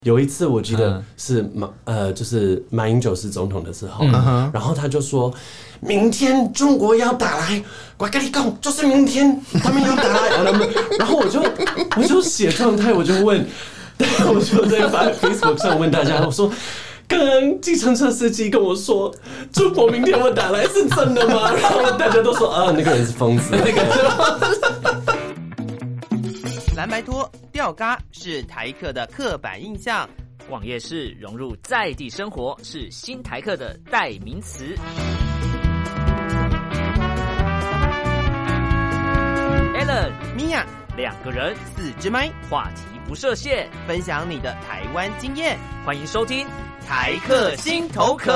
有一次我记得是就是马英九是总统的时候，然后他就说，明天中国要打来，我跟你讲，就是明天他们要打来，然后我就写状态，我就问，我就在Facebook 上问大家，我说。刚刚计程车司机跟我说，中国明天会打来，是真的吗？然后大家都说啊，那个人是疯子，那个人是疯子。 蓝白拖、吊嘎是台客的刻板印象， 逛夜市融入在地生活是新台客的代名词。Alan、 米娅两个人 4支麦， 话题不设限， 分享你的台湾经验， 欢迎收听台客心头壳。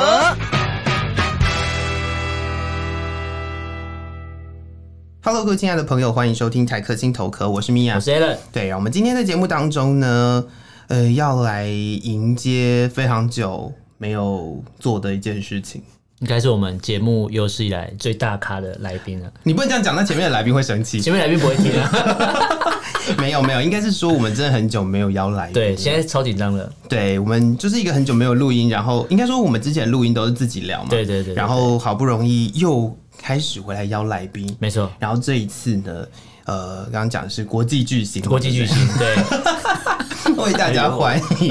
Hello， 各位亲爱的朋友，欢迎收听台客心头壳，我是米娅， 我是 Alan。 对，我们今天在节目当中呢，要来迎接非常久没有做的一件事情。 应该是我们节目有史以来最大咖的来宾了。 你不能这样讲，那前面的来宾会生气。 前面来宾不会听啊。 没有，应该是说我们真的很久没有邀来宾。 对，现在超紧张的。 对，我们就是一个很久没有录音，然后应该说我们之前录音都是自己聊嘛。 对对对。 然后好不容易又开始回来邀来宾， 没错。 然后这一次呢，刚刚讲的是国际巨星， 国际巨星，对。 为大家欢迎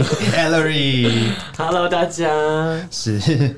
Ellery。 Hello， 大家。 是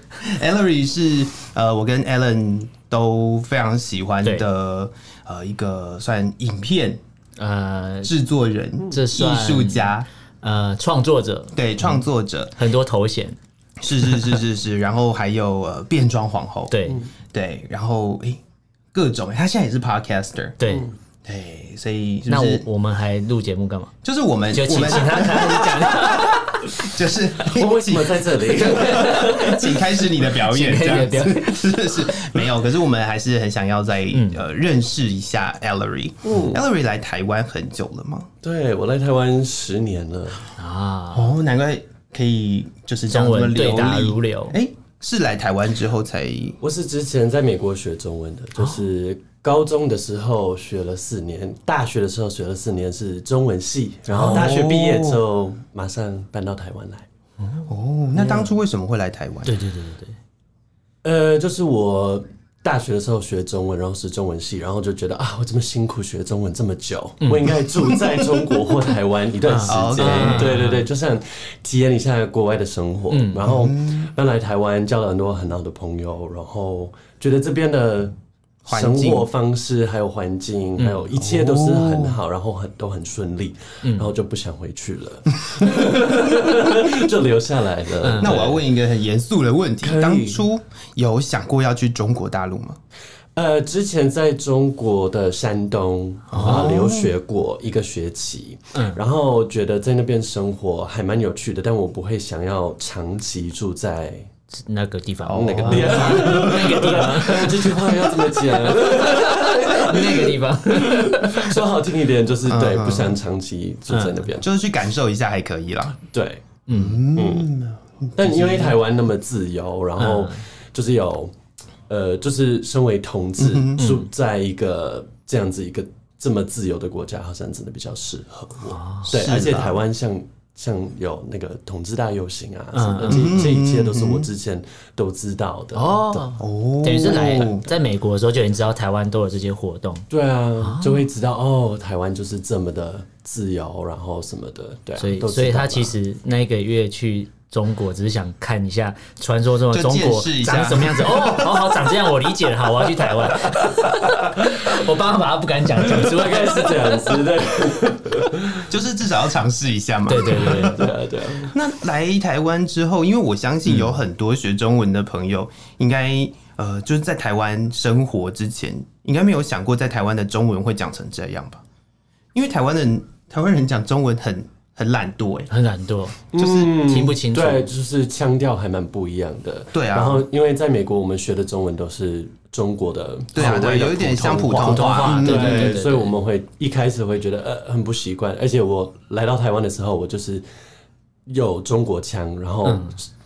Ellery 是我跟 Alan 都非常喜欢的一个算影片制作人、艺术家、 创作者， 对，创作者很多头衔。 是，然后还有变装皇后，对，然后各种，他现在也是 podcaster， 对， 所以是不是那我们还录节目干嘛？ 就是我们就请他开始讲。 就是我为什么在这里？ 请开始你的表演，这样子是没有。可是我们还是很想要再认识一下 Ellery。Ellery 来台湾很久了吗？ 对，我来台湾10年了啊。 哦，难怪可以就是中文对答如流。 是来台湾之后才？ 我是之前在美国学中文的，就是高中的时候学了4年，大学的时候学了4年是中文系，然后大学毕业之后马上搬到台湾来。 哦，那当初为什么会来台湾？ 对，就是我大学的时候学中文，然后是中文系，然后就觉得啊，我这么辛苦学中文这么久，我应该住在中国或台湾一段时间。对，就想体验一下国外的生活。然后搬来台湾，交了很多很好的朋友，然后觉得这边的生活方式还有环境还有一切都是很好，然后都很顺利，然后就不想回去了。就留下来了。 那我要问一个很严肃的问题，当初有想过要去中国大陆吗？ 之前在中国的山东留学过1个学期，然后觉得在那边生活还蛮有趣的，但我不会想要长期住在那个地方， 那个地方，这句话要怎么讲？ 那个地方， 说好听一点就是对，不想长期住在那边， 就是去感受一下还可以啦。 对，但因为台湾那么自由，然后就是有就是身为同志住在一个这样子一个这么自由的国家，好像真的比较适合我。对，而且台湾像有那个同志大游行啊什么的，这一切都是我之前都知道的。 等于是在美国的时候就已经知道台湾都有这些活动。 对啊，就会知道台湾就是这么的自由，然后什么的。对啊， 所以他其实那个月去中国只是想看一下传说中的中国长什么样子。好，长这样我理解了。好，我要去台湾。我爸妈不敢讲出来， 大概是这样子的。 就是至少要尝试一下嘛。 对。 那来台湾之后，因为我相信有很多学中文的朋友，应该就是在台湾生活之前，应该没有想过在台湾的中文会讲成这样吧？因为台湾人讲中文很懒惰， 很懒惰，就是听不清楚。 对，就是腔调还蛮不一样的。 对啊。 然后因为在美国，我们学的中文都是中国的， 对，有一点像普通话。 对，所以我们会一开始会觉得很不习惯。而且我来到台湾的时候，我就是有中国腔，然后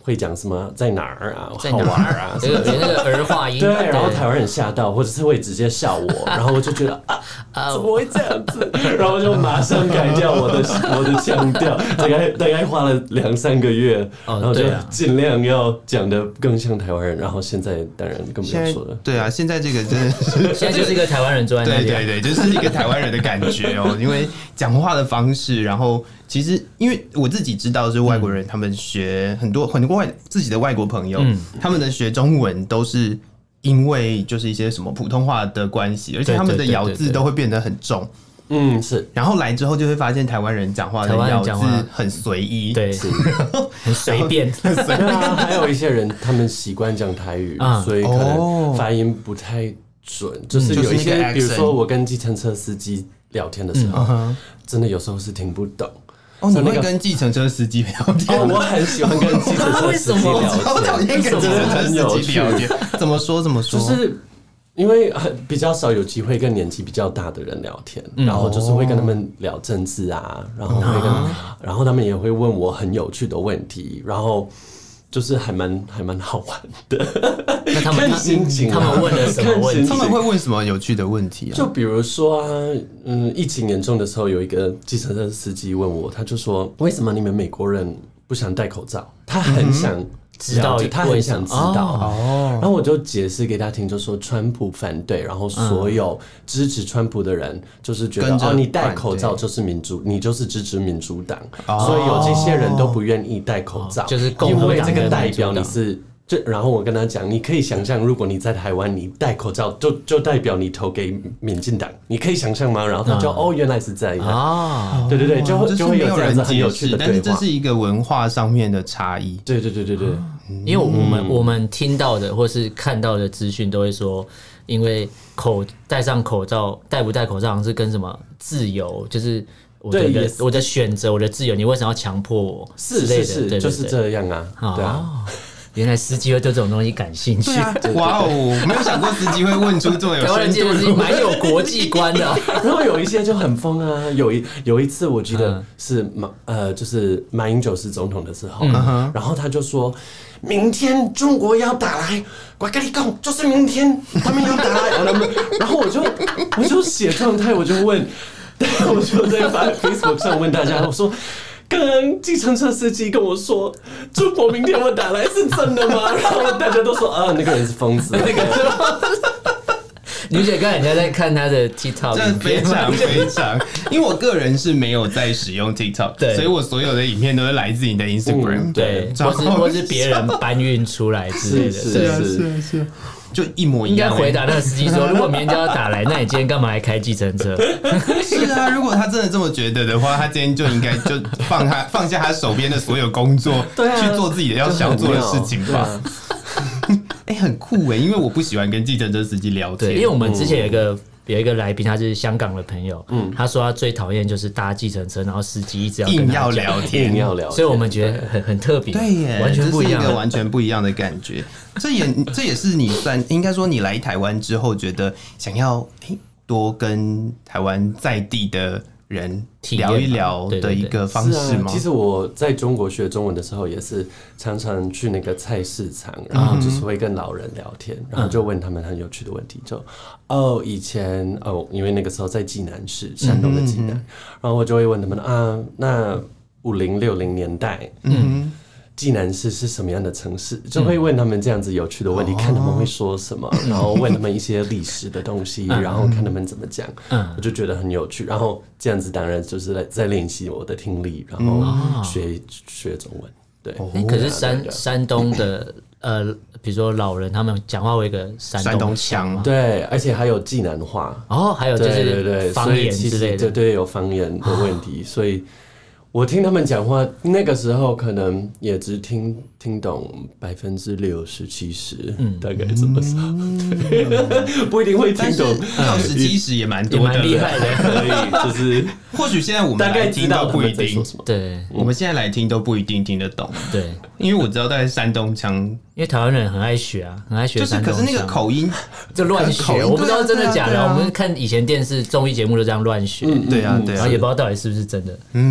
会讲什么在哪儿啊， 在哪好玩啊， 有那个儿化音， 对，然后台湾人吓到，或者是会直接笑我，然后我就觉得怎么会这样子？然后就马上改掉我的腔调，大概花了2-3个月，然后就尽量要讲的更像台湾人。然后现在当然更不用说了， 对啊，现在这个真的是现在就是一个台湾人坐在那里， 对，就是一个台湾人的感觉哦，因为讲话的方式，然后其实因为我自己知道是外国人，他们学很多自己的外国朋友，他们的学中文都是因为就是一些什么普通话的关系，而且他们的咬字都会变得很重。 是。 然后来之后就会发现台湾人讲话的咬字很随意， 对，很随便。 对啊，还有一些人他们习惯讲台语，所以可能发音不太准，就是有一些，比如说我跟计程车司机聊天的时候，真的有时候是听不懂。 你会跟计程车司机聊天？ 我很喜欢跟计程车司机聊天， 我讨厌跟计程车司机聊天。怎么说？ 就是因为比较少有机会跟年纪比较大的人聊天，然后就是会跟他们聊政治啊，然后他们也会问我很有趣的问题，然后就是还蛮好玩的。 那他们心情， 他们问了什么问题？ 他们会问什么有趣的问题啊？ 就比如说疫情严重的时候，有一个计程车司机问我，他就说：“为什么你们美国人不想戴口罩？”他很想知道，他很想知道。然后我就解释给他听，就说川普反对，然后所有支持川普的人就是觉得你戴口罩就是民主，你就是支持民主党，所以有这些人都不愿意戴口罩， 就是因为这个代表你是。然后我跟他讲，你可以想象，如果你在台湾，你戴口罩，就代表你投给民进党，你可以想象吗？然后他就原来是这样对，就会有这样子很有趣的对话， 但是这是一个文化上面的差异。 对， 因为我们听到的或是看到的资讯都会说，因为戴上口罩，戴不戴口罩好像是跟什么自由，就是我的选择，我的自由，你为什么要强迫我？ 是，就是这样啊，对啊。 原来司机会对这种东西感兴趣。 哇哦，没有想过司机会问出这么有深度的， 蛮有国际观的。 然后有一些就很疯啊，有一次我记得是就是马英九是总统的时候，然后他就说明天中国要打来，我跟你讲，就是明天他们要打来，然后我就写状态，我就问，我就在Facebook 上问大家，我说。刚刚计程车司机跟我说，中国明天会打来，是真的吗？然后大家都说那个人是疯子，那个人是疯子。 女姐刚才人家在看她的 TikTok， 真的非常，因为我个人是没有在使用 TikTok， 所以我所有的影片都是来自你的 Instagram， 对，或是别人搬运出来之类的， 是。就一模一样。 应该回答那个司机说：“如果明天就要打来，那你今天干嘛还开计程车？” 是啊，如果他真的这么觉得的话，他今天就应该就放下他手边的所有工作，去做自己的想做的事情吧。很酷因为我不喜欢跟计程车司机聊天， 因为我们之前有一个来宾，他是香港的朋友，他说他最讨厌就是搭计程车，然后司机一直硬要聊天， 所以我们觉得很特别， 对耶， 完全不一样， 这是一个完全不一样的感觉。这也是你应该说你来台湾之后，觉得想要多跟台湾在地的人聊一聊的一个方式吗？ 其实我在中国学中文的时候，也是常常去那个菜市场，然后就是会跟老人聊天，然后就问他们很有趣的问题，就以前因为那个时候在济南市，山东的济南，然后我就会问他们那50、60年代，济南市是什么样的城市？就会问他们这样子有趣的问题，看他们会说什么，然后问他们一些历史的东西，然后看他们怎么讲，我就觉得很有趣。然后这样子当然就是在练习我的听力，然后学中文。对， 可是山东的比如说老人他们讲话会有一个山东腔， 对，而且还有济南话， 还有就是方言之类的， 对，有方言的问题，所以。我听他们讲话，那个时候可能也只听懂60%、70%，大概这么少，不一定会听懂。 60%、70%也蛮多的， 蛮厉害的， 可以就是。 或许现在我们大概听都不一定， 对， 我们现在来听都不一定听得懂， 对， 因为我知道大概山东腔， 因为台湾人很爱学啊，很爱学山东腔， 可是那个口音就乱学，我不知道真的假的。我们看以前电视综艺节目都这样乱学， 对啊， 然后也不知道到底是不是真的，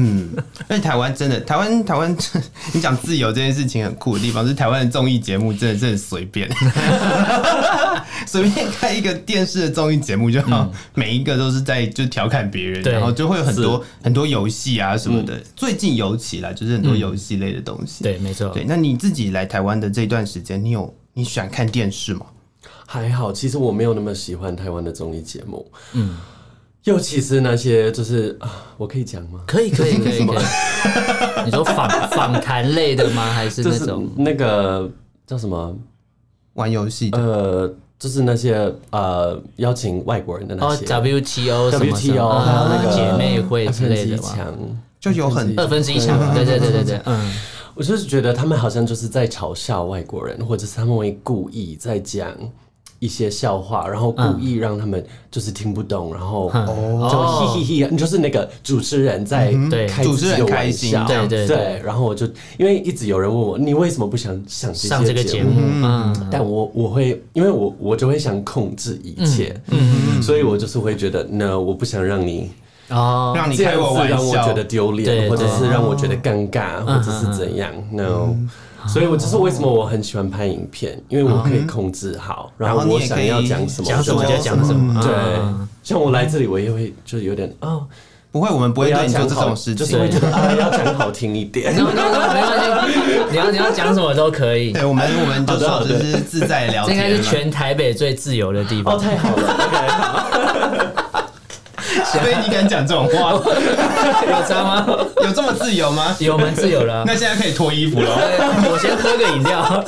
而且台湾真的，台湾，你讲自由这件事情很酷的地方是台湾的综艺节目真的是随便，随便开一个电视的综艺节目就好，每一个都是在就调侃别人，然后就会有很多游戏啊什么的。最近尤其啦，就是很多游戏类的东西。 对，没错。 对，那你自己来台湾的这段时间，你喜欢看电视吗？ 还好，其实我没有那么喜欢台湾的综艺节目。尤其是那些就是我可以讲吗？ 可以。你说访谈类的吗？还是那种那个叫什么玩游戏的？ 就是那些邀请外国人的那些 WTO 还有那个姐妹会之类的嘛， 就有很 1/2强，对， 我就是觉得他们好像就是在嘲笑外国人，或者是他们会故意在讲一些笑话，然后故意让他们就是听不懂，然后就嘿嘿嘿，就是那个主持人在开自己的玩笑，对，然后我就因为一直有人问我，你为什么不想上这个节目？但我会，因为我就会想控制一切，所以我就是会觉得，我不想让你。 让你开我玩笑， 让我觉得丢脸，或者是让我觉得尴尬，或者是怎样 ？No， 所以我就是为什么我很喜欢拍影片，因为我可以控制好，然后我想要讲什么就讲什么。 对，像我来这里，我也会就是有点不会，我们不会对你做这种事情， 就是会觉得要讲好听一点。 没关系，你要讲什么都可以。 对，我们就说就是自在聊天， 这应该是全台北最自由的地方。 太好了。 所以你敢讲这种话？ 有差吗？ 有这么自由吗？ 有，蛮自由的。 那现在可以脱衣服了。 我先喝个饮料。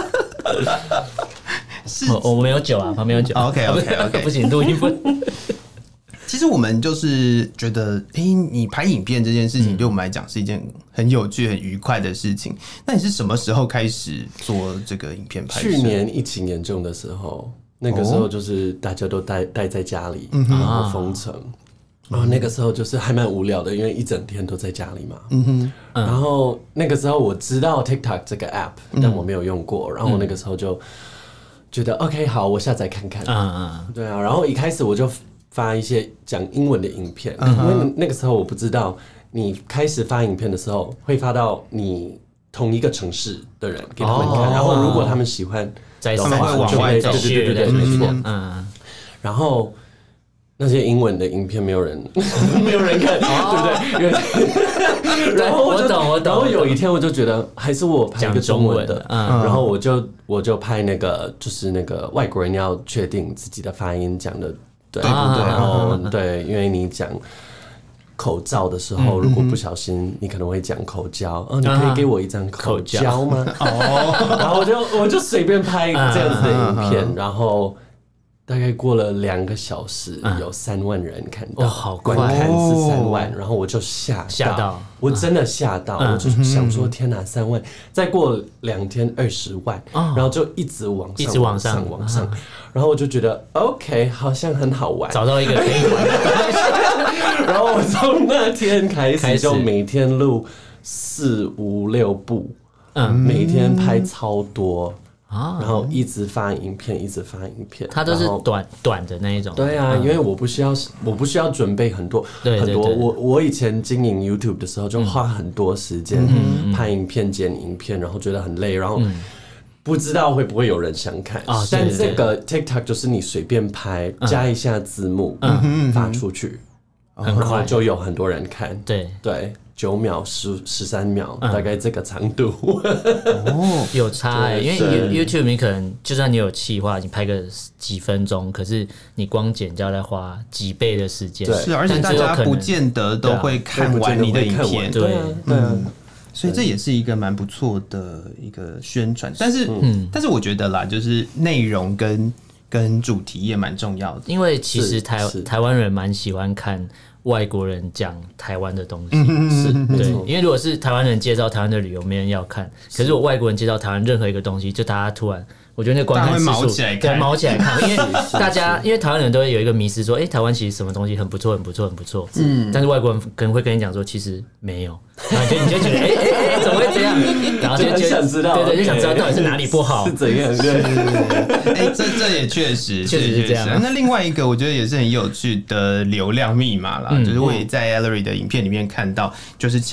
我没有酒啊，旁边有酒。 OK， 不行，录音不。 其实我们就是觉得，你拍影片这件事情对我们来讲是一件很有趣、很愉快的事情。那你是什么时候开始做这个影片拍摄？ 去年疫情严重的时候，那个时候就是大家都待在家里，然后封城。然后那个时候就是还蛮无聊的，因为一整天都在家里嘛。然后那个时候我知道 TikTok 这个 app，但我没有用过。然后那个时候就觉得 OK， 好，我下载看看。对啊。然后一开始我就发一些讲英文的影片，因为那个时候我不知道你开始发影片的时候会发到你同一个城市的人给他们看，然后如果他们喜欢的话，他们会往外走。 对，没错。然后。那些英文的影片没有人看，对不对？然后我懂。然后有一天我就觉得，还是我拍一个中文的，然后我就拍那个，就是那个外国人要确定自己的发音讲的对不对？然后对，因为你讲口罩的时候，如果不小心，你可能会讲口交。你可以给我一张口交吗？然后我就随便拍这样子的影片，然后。大概过了2个小时，有3万人看到， 好快， 观看是3万，然后我就吓到，我真的吓到，我就想说天哪，3万，再过2天20万，然后就一直往上，然后我就觉得 OK， 好像很好玩， 找到一个可以玩的东西， 然后我从那天开始就每天录4、5、6部，每天拍超多。然后一直发影片， 它都是短的那一种。 对啊，因为我不需要准备很多。我以前经营 YouTube 的时候，就花很多时间拍影片、剪影片，然后觉得很累，然后不知道会不会有人想看。但这个 TikTok 就是你随便拍，加一下字幕，发出去，然后就有很多人看。对。9秒、13秒，大概这个长度。 有差因为 YouTube 你可能就算你有企划，你拍个几分钟，可是你光剪就要再花几倍的时间。 是，而且大家不见得都会看完你的影片。 对， 所以这也是一个蛮不错的一个宣传。但是我觉得啦，就是内容跟主题也蛮重要的， 因为其实台湾人蛮喜欢看外国人讲台湾的东西，对，因为如果是台湾人介绍台湾的旅游，没人要看。可是如果外国人介绍台湾任何一个东西，就大家突然，我觉得那观看次数对毛起来看，因为因为台湾人都会有一个迷思说，台湾其实什么东西很不错，但是外国人可能会跟你讲说，其实没有，然后你就觉得怎么会这样？然后就想知道， 对，就想知道到底是哪里不好， 是怎样？对， 这也确实是这样。 那另外一个我觉得也是很有趣的流量密码啦，就是我也在 Ellery 的影片里面看到，就是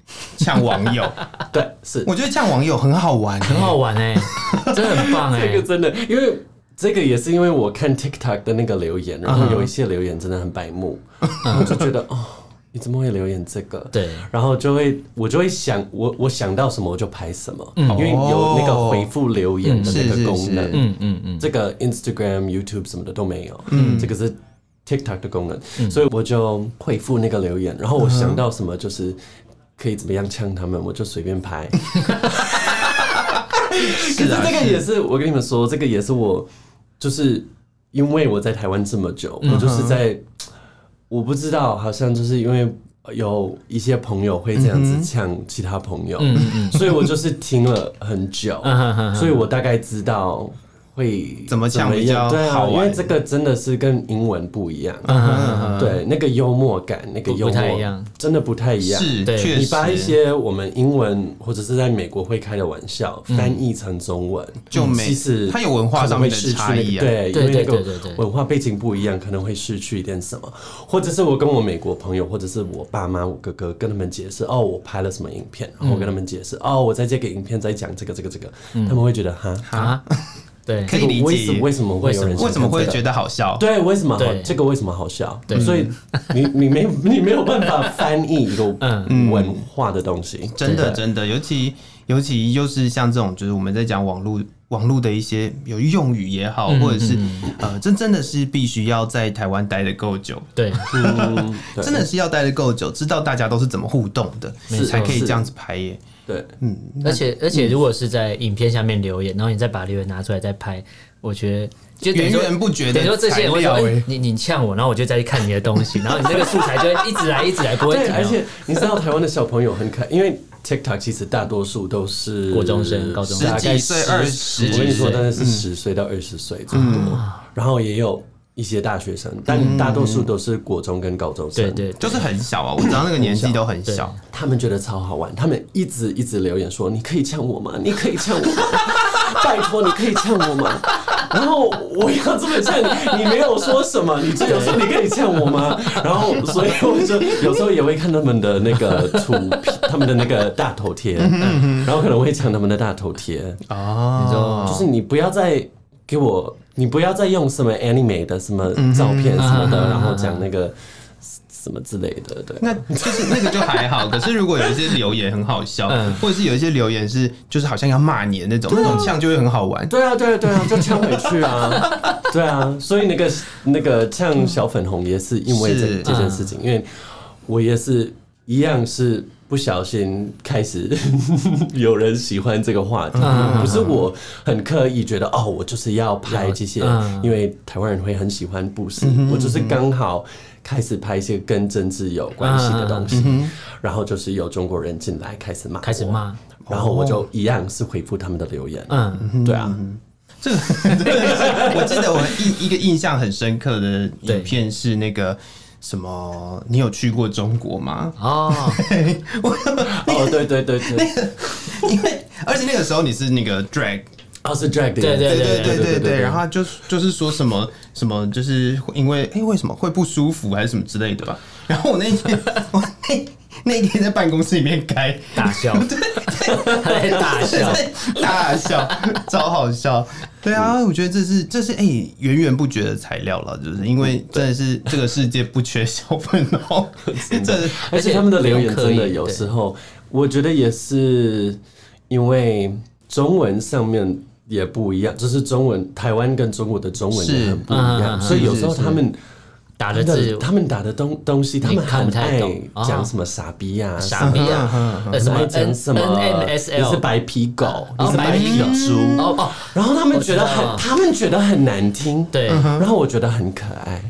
呛网友。 对，是， 我觉得呛网友很好玩， 很好玩真的很棒这个真的，因为这个也是因为我看 TikTok 的那个留言，然后有一些留言真的很白目，我就觉得哦。你怎么会留言这个？ 对， 然后我就会想，我想到什么我就拍什么，因为有那个回复留言的那个功能，这个 Instagram、YouTube 什么的都没有，这个是 TikTok 的功能，所以我就回复那个留言，然后我想到什么就是可以怎么样呛他们，我就随便拍。可是这个也是我跟你们说，这个也是我就是因为我在台湾这么久，我就是在。我不知道，好像就是因为有一些朋友会这样子呛其他朋友，所以我就是听了很久，所以我大概知道会怎么呛比较好玩， 因为这个真的是跟英文不一样，对，那个幽默感，那个幽默真的不太一样。 是，确实， 你把一些我们英文或者是在美国会开的玩笑翻译成中文， 就其实它有文化上面的差异， 对，因为那个文化背景不一样，可能会失去一点什么。或者是我跟我美国朋友，或者是我爸妈、我哥哥跟他们解释，哦，我拍了什么影片，然后我跟他们解释，哦，我在这个影片在讲这个，他们会觉得哈。 对， 可以理解为什么会有人为什么会觉得好笑？ 对，为什么这个为什么好笑？所以你没有办法翻译一个文化的东西， 真的，尤其就是像这种，就是我们在讲网络的一些有用语也好，或者是真的是必须要在台湾待得够久， 对， 真的是要待得够久，知道大家都是怎么互动的，才可以这样子拍耶。 对， 而且如果是在影片下面留言，然后你再把留言拿出来再拍，我觉得就源源不绝的， 等于说这些人会说你呛我，然后我就再去看你的东西，然后你这个素材就会一直来，不会停。 而且你知道台湾的小朋友很可爱，因为 TikTok 其实大多数都是国中生、高中生， 大概10岁、20， 我跟你说，大概是10岁到20岁这么多，然后也有一些大学生，但大多数都是国中跟高中生， 对， 就是很小啊，我知道那个年纪都很小， 他们觉得超好玩，他们一直留言说：“你可以呛我吗？你可以呛我吗？拜托，你可以呛我吗？”然后我要这么呛你没有说什么，你就有说你可以呛我吗？然后所以我就有时候也会看他们的那个图片，他们的那个大头贴，然后可能会抢他们的大头贴哦，就是你不要再给我。你不要再用什么 anime 的什么照片什么的，然后讲那个什么之类的，对。 那就是那个就还好，可是如果有一些留言很好笑，或者是有一些留言是就是好像要骂你的那种呛就会很好玩。 对啊，就呛回去啊，对啊。所以那个呛小粉红也是因为这件事情，因为我也是一样是。不小心开始有人喜欢这个话题，不是我很刻意觉得哦，我就是要拍这些，因为台湾人会很喜欢，不是，我就是刚好开始拍一些跟政治有关系的东西，然后就是有中国人进来开始骂，然后我就一样是回复他们的留言，对啊。 这个我记得我一个印象很深刻的影片是那个。什么？你有去过中国吗？哦，对， 那个，因为而且那个时候你是那个 drag， 是 drag， 对，然后就是说什么，就是因为为什么会不舒服还是什么之类的吧。然后我那一天在办公室里面大笑，对， 大笑，超好笑。对啊，我觉得这是源源不绝的材料了，就是因为真的是这个世界不缺小粉红， 而且他们的留言真的有时候，我觉得也是因为中文上面也不一样，就是台湾跟中国的中文也很不一样，所以有时候他们。打的字，他们打的东西，他们很爱讲什么傻逼呀， 什么讲什么，你是白皮狗，你是白皮猪，然后他们觉得很难听， 对， 然后我觉得很可爱。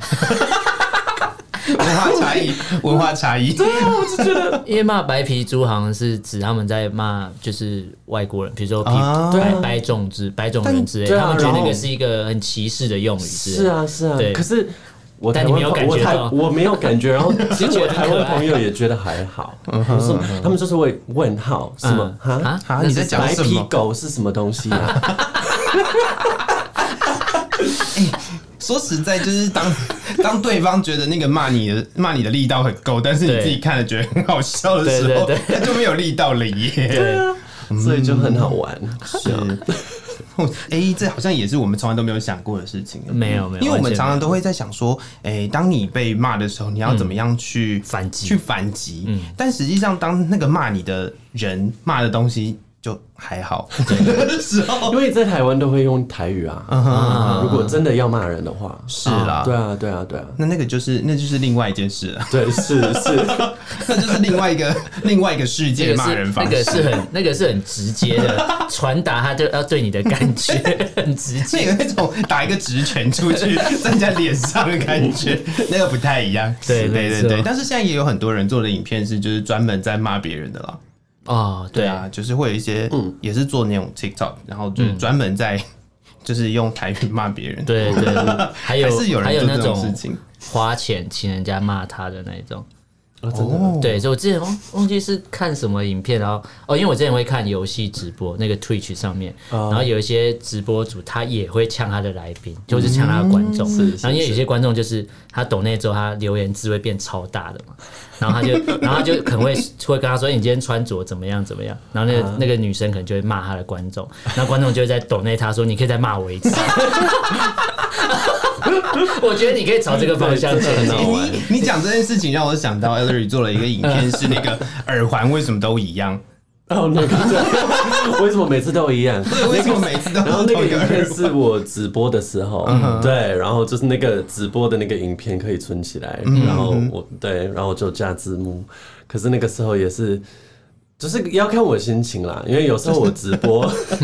文化差异， 对啊，我就觉得， 因为骂白皮猪好像是指他们在骂就是外国人，比如说白种人之类，他们觉得那个是一个很歧视的用语。 是啊， 对， 可是。 但你没有感觉到， 我没有感觉，然后其实我台湾朋友也觉得还好，他们就是会问号什么你在讲什么？ 白皮狗是什么东西啊？ 说实在，就是当对方觉得那个骂你的力道很够，但是你自己看了觉得很好笑的时候，他就没有力道了耶。 对啊，所以就很好玩。 是。这好像也是我们从来都没有想过的事情。 没有， 因为我们常常都会在想说，当你被骂的时候，你要怎么样去反击？ 但实际上，当那个骂你的人骂的东西就还好， 因为在台湾都会用台语啊。如果真的要骂人的话， 是啦， 对啊。 那就是另外一件事了。 对，是， 那就是另外一个世界骂人方式。 那个是很直接的传达，他就要对你的感觉很直接， 有一种打一个直拳出去在人家脸上的感觉，那个不太一样。对。但是现在也有很多人做的影片是就是专门在骂别人的啦。对啊，就是会有一些也是做那种 TikTok， 然后就是专门在就是用台语骂别人。 对，还有那种事情， 花钱请人家骂他的那种。 真的。 对，所以我之前忘记是看什么影片，然后因为我之前会看游戏直播，那个 Twitch 上面，然后有一些直播主他也会呛他的来宾，就是呛他的观众。然后因为有些观众就是他抖内之后，他留言字会变超大的嘛，然后他就可能会跟他说，你今天穿着怎么样，然后那个女生可能就会骂他的观众，然后观众就会在抖内他说，你可以再骂我一次。我觉得你可以朝这个方向前进。 你讲这件事情让我想到 Ellery 做了一个影片，是那个耳环为什么都一样。 那个为什么每次都一样？ 对，为什么每次都？ 然后那个影片是我直播的时候，对，然后就是那个直播的那个影片可以存起来，然后然后就加字幕。可是那个时候也是。就是要看我心情啦，因为有时候我直播，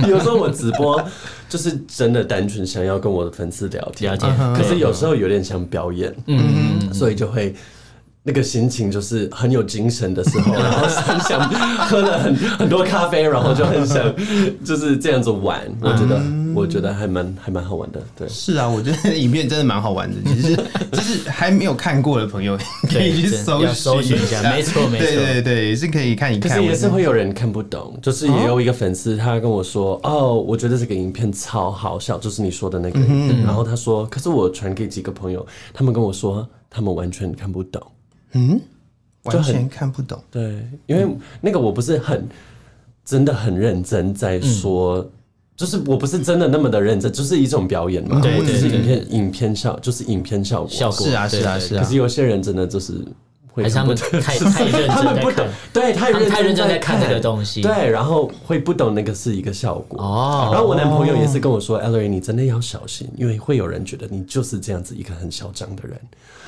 就是真的单纯想要跟我的粉丝聊天，可是有时候有点像表演，所以就会那个心情就是很有精神的时候，然后很想喝了很多咖啡，然后就很想就是这样子玩。我觉得还蛮好玩的。对， 是啊，我觉得影片真的蛮好玩的。就是还没有看过的朋友可以去搜寻一下， 没错。 对，也是可以看一看。 可是也是会有人看不懂，就是也有一个粉丝他跟我说，我觉得这个影片超好笑，就是你说的那个。然后他说，可是我传给几个朋友，他们跟我说他们完全看不懂。 完全看不懂。 对，因为那个我不是真的很认真在说，就是我不是真的那么的认真，就是一种表演嘛， 对， 就是影片效果。 是啊。 可是有些人真的就是会， 还是他们太认真在看， 对，太认真在看这个东西， 对，然后会不懂那个是一个效果。然后我男朋友也是跟我说 ，Ellery 你真的要小心，因为会有人觉得你就是这样子一个很嚣张的人。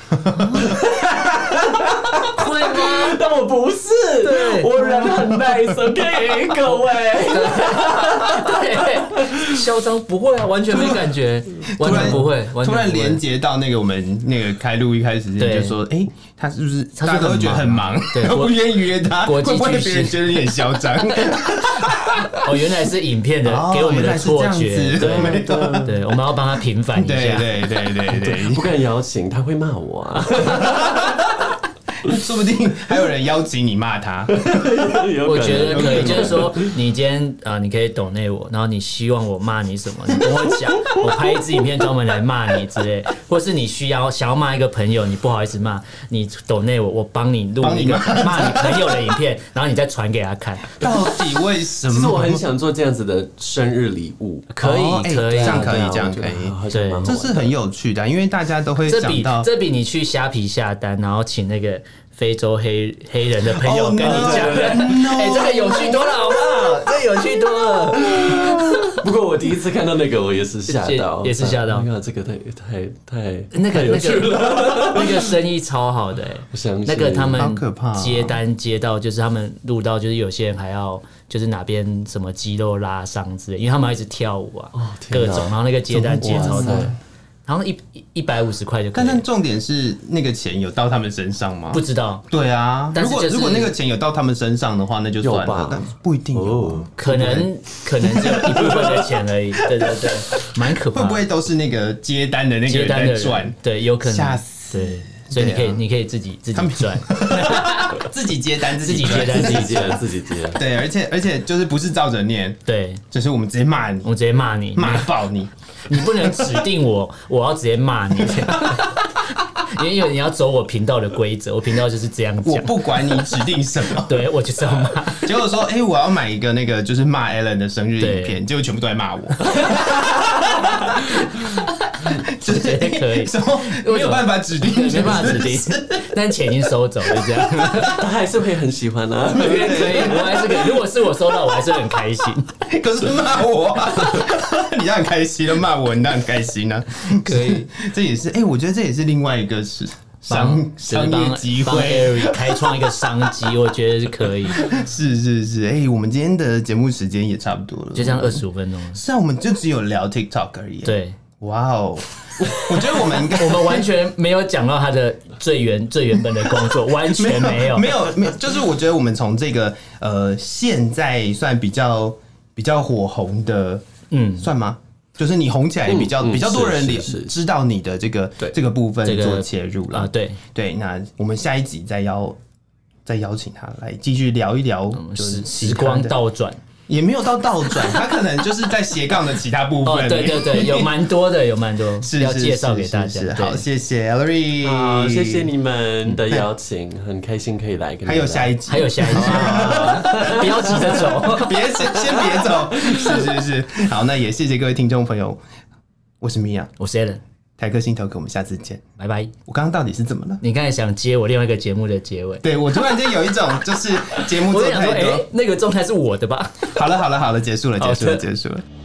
会吗？ 但我不是，我人很 nice，OK， 各位。 对，嚣张不会啊，完全没感觉，完全不会。 突然连接到那个我们那个开录一开始就说，他是不是大家都会觉得很忙，不愿意约他，会不会别人觉得你很嚣张？ 原来是影片的给我们的错觉，对，我们要帮他平反一下， 对， 不敢邀请，他会骂我啊。 说不定还有人邀请你骂他。 我觉得可以，就是说你今天你可以抖内我，然后你希望我骂你什么，你跟我讲，我拍一支影片专门来骂你之类，或是你想要骂一个朋友，你不好意思骂，你抖内我帮你录一个骂你朋友的影片，然后你再传给他看。 到底为什么？ 其实我很想做这样子的生日礼物， 可以， 这样可以，对，这是很有趣的，因为大家都会想到， 这比你去虾皮下单，然后请那个非洲黑人的朋友跟你讲，这个有趣多了，好不好？这个有趣多了。 不过我第一次看到那个，我也是吓到， 也是吓到。 这个太那个生意超好的，那个他们接单接到，就是他们录到，就是有些人还要就是哪边什么肌肉拉伤之类，因为他们要一直跳舞啊，各种，然后那个接单接超多。然后150块就可以。 但重点是那个钱有到他们身上吗？ 不知道。 对啊，如果那个钱有到他们身上的话，那就算了，但不一定有， 可能只有一部分的钱而已。对，蛮可怕。 会不会都是那个接单的那个人在赚？ 对，有可能。 吓死。 对。所以你可以自己赚。 自己接单， 自己接单， 自己接。 对，而且就是不是照着念， 对， 就是我们直接骂你， 我直接骂你， 骂爆你， 你不能指定我要直接骂你。因为你要走我频道的规则，我频道就是这样讲。 我不管你指定什么， 对我就是要骂。 结果说，我要买一个那个就是骂 Alan 的生日影片，结果全部都在骂我。 就是可以， 什么没有办法指定， 没办法指定，但钱已经收走了，这样他还是会很喜欢啊。 可以，我还是可以。如果是我收到，我还是很开心。 可是骂我，你当然开心了；骂我，你当然开心了。 可以， 这也是我觉得这也是另外一个是商业机会， 帮 Ari 开创一个商机，我觉得是可以。 是，我们今天的节目时间也差不多了， 就这样25分钟了。 是啊，我们就只有聊 TikTok 而已。 对， 哇哦。我觉得我们完全没有讲到他的最原本的工作，完全没有， 就是我觉得我们从这个现在算比较火红的，算吗？就是你红起来比较多人知道你的这个部分做切入了啊，对，那我们下一集再邀请他来继续聊一聊，就是时光倒转。 也没有到倒转，他可能就是在斜杠的其他部分。 对，有蛮多是要介绍给大家。 好，谢谢 Ellery， 好，谢谢你们的邀请，很开心可以来。 还有下一集， 不要急着走， 先别走。是，好，那也谢谢各位听众朋友，我是米娅， 我是 Alan。 台客心头壳，我们下次见， 拜拜。 我刚刚到底是怎么了？ 你刚才想接我另外一个节目的结尾， 对我突然间有一种就是节目做太多， 那个状态是我的吧？ 好了，结束了。